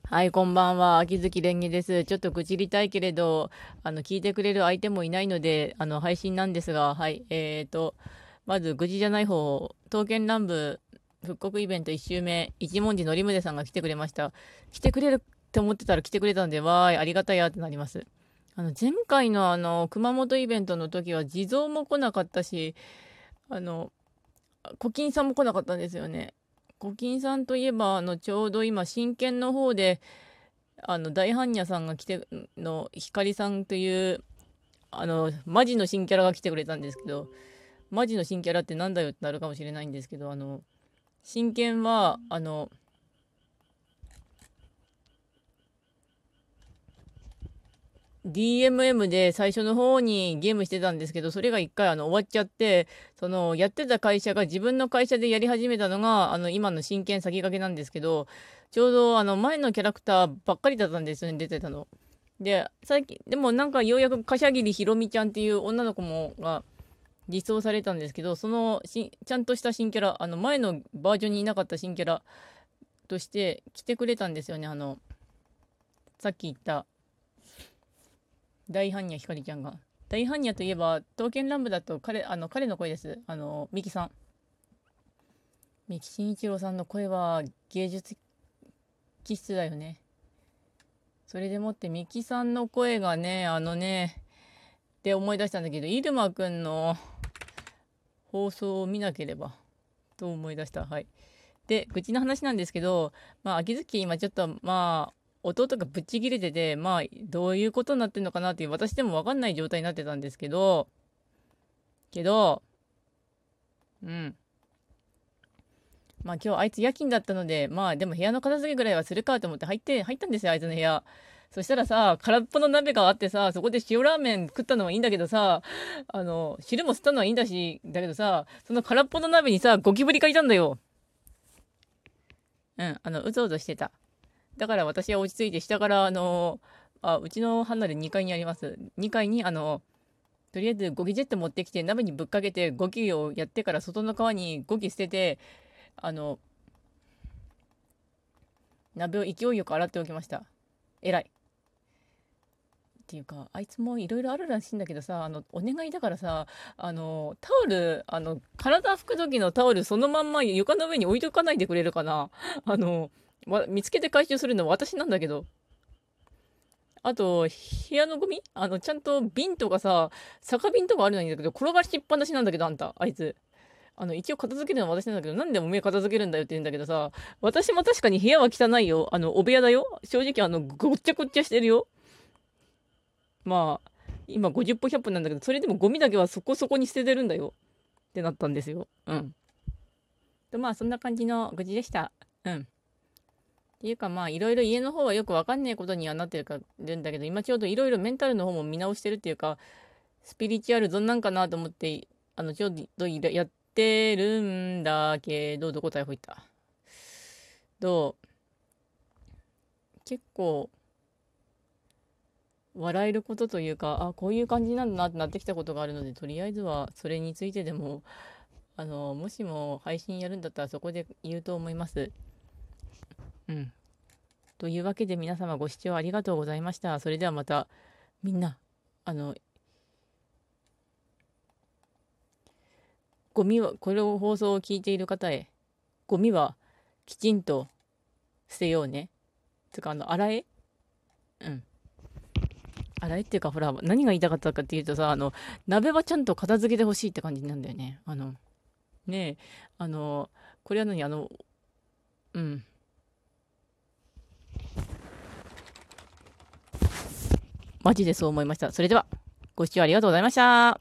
はい、こんばんは。秋月蓮華です。ちょっと愚痴りたいけれど、聞いてくれる相手もいないので、配信なんですが、はい、まず愚痴じゃない方、刀剣乱舞復刻イベント1周目、一文字のりむねさんが来てくれました。来てくれるって思ってたら来てくれたんで、わーい、ありがたいやってなります。前回の熊本イベントの時は地蔵も来なかったし、あの、古今さんも来なかったんですよね。古今さんといえば、ちょうど今、真剣の方で、大般若さんが来て、光さんという、マジの新キャラが来てくれたんですけど、マジの新キャラってなんだよってなるかもしれないんですけど、真剣は、DMM で最初の方にゲームしてたんですけど、それが一回終わっちゃって、やってた会社が自分の会社でやり始めたのが、今の真剣先駆けなんですけど、ちょうど前のキャラクターばっかりだったんですよね、出てたの。で、最近、でもなんかようやく柏木ひろみちゃんっていう女の子が実装されたんですけど、ちゃんとした新キャラ、前のバージョンにいなかった新キャラとして来てくれたんですよね、さっき言った大般若ひかりちゃんが。大般若といえば、刀剣乱舞だと彼の声です。ミキさん。ミキ真一郎さんの声は芸術気質だよね。それでもってミキさんの声がね、って思い出したんだけど、入間くんの放送を見なければと思い出した。はい。で、愚痴の話なんですけど、秋月今ちょっと、弟がぶっちぎれてて、どういうことになってんのかなっていう、私でもわかんない状態になってたんですけど、うん。今日あいつ夜勤だったので、でも部屋の片付けぐらいはするかと思って入ったんですよ、あいつの部屋。そしたらさ、空っぽの鍋があってさ、そこで塩ラーメン食ったのはいいんだけどさ、汁も吸ったのはいいんだけどさ、その空っぽの鍋にさ、ゴキブリがいたんだよ。うん、うぞうぞしてた。だから私は落ち着いて下から、うちの離れ2階にあります。2階に、とりあえずゴキジェット持ってきて鍋にぶっかけてゴキをやってから外の川にゴキ捨てて、あの、鍋を勢いよく洗っておきました。偉い。っていうか、あいつもいろいろあるらしいんだけどさ、お願いだからさ、タオル、体拭く時のタオルそのまんま床の上に置いとかないでくれるかな。見つけて回収するのは私なんだけど。あと、部屋のゴミちゃんと瓶とかさ、酒瓶とかあるのにだけど、転がしっぱなしなんだけど、あんた、あいつ。一応片付けるのは私なんだけど、なんでおめえ片付けるんだよって言うんだけどさ、私も確かに部屋は汚いよ。お部屋だよ。正直、ごっちゃごっちゃしてるよ。今50歩100歩なんだけど、それでもゴミだけはそこそこに捨ててるんだよ。ってなったんですよ。うん。と、そんな感じの愚痴でした。うん。っていうかいろいろ家の方はよくわかんないことにはなってるんだけど、今ちょうどいろいろメンタルの方も見直してるっていうか、スピリチュアルどんなんかなと思って、ちょうどやってるんだけど、どこ逮捕行ったどう結構笑えることというか、あ、こういう感じなんだなってなってきたことがあるので、とりあえずはそれについてでも、もしも配信やるんだったらそこで言うと思います。うん。というわけで皆様ご視聴ありがとうございました。それではまた、みんな、あの、ゴミは、この放送を聞いている方へ、ゴミはきちんと捨てようね。つか、洗えうん。洗えっていうか、ほら、何が言いたかったかっていうとさ、鍋はちゃんと片付けてほしいって感じなんだよね。ねえ、これは何うん。マジでそう思いました。それでは、ご視聴ありがとうございました。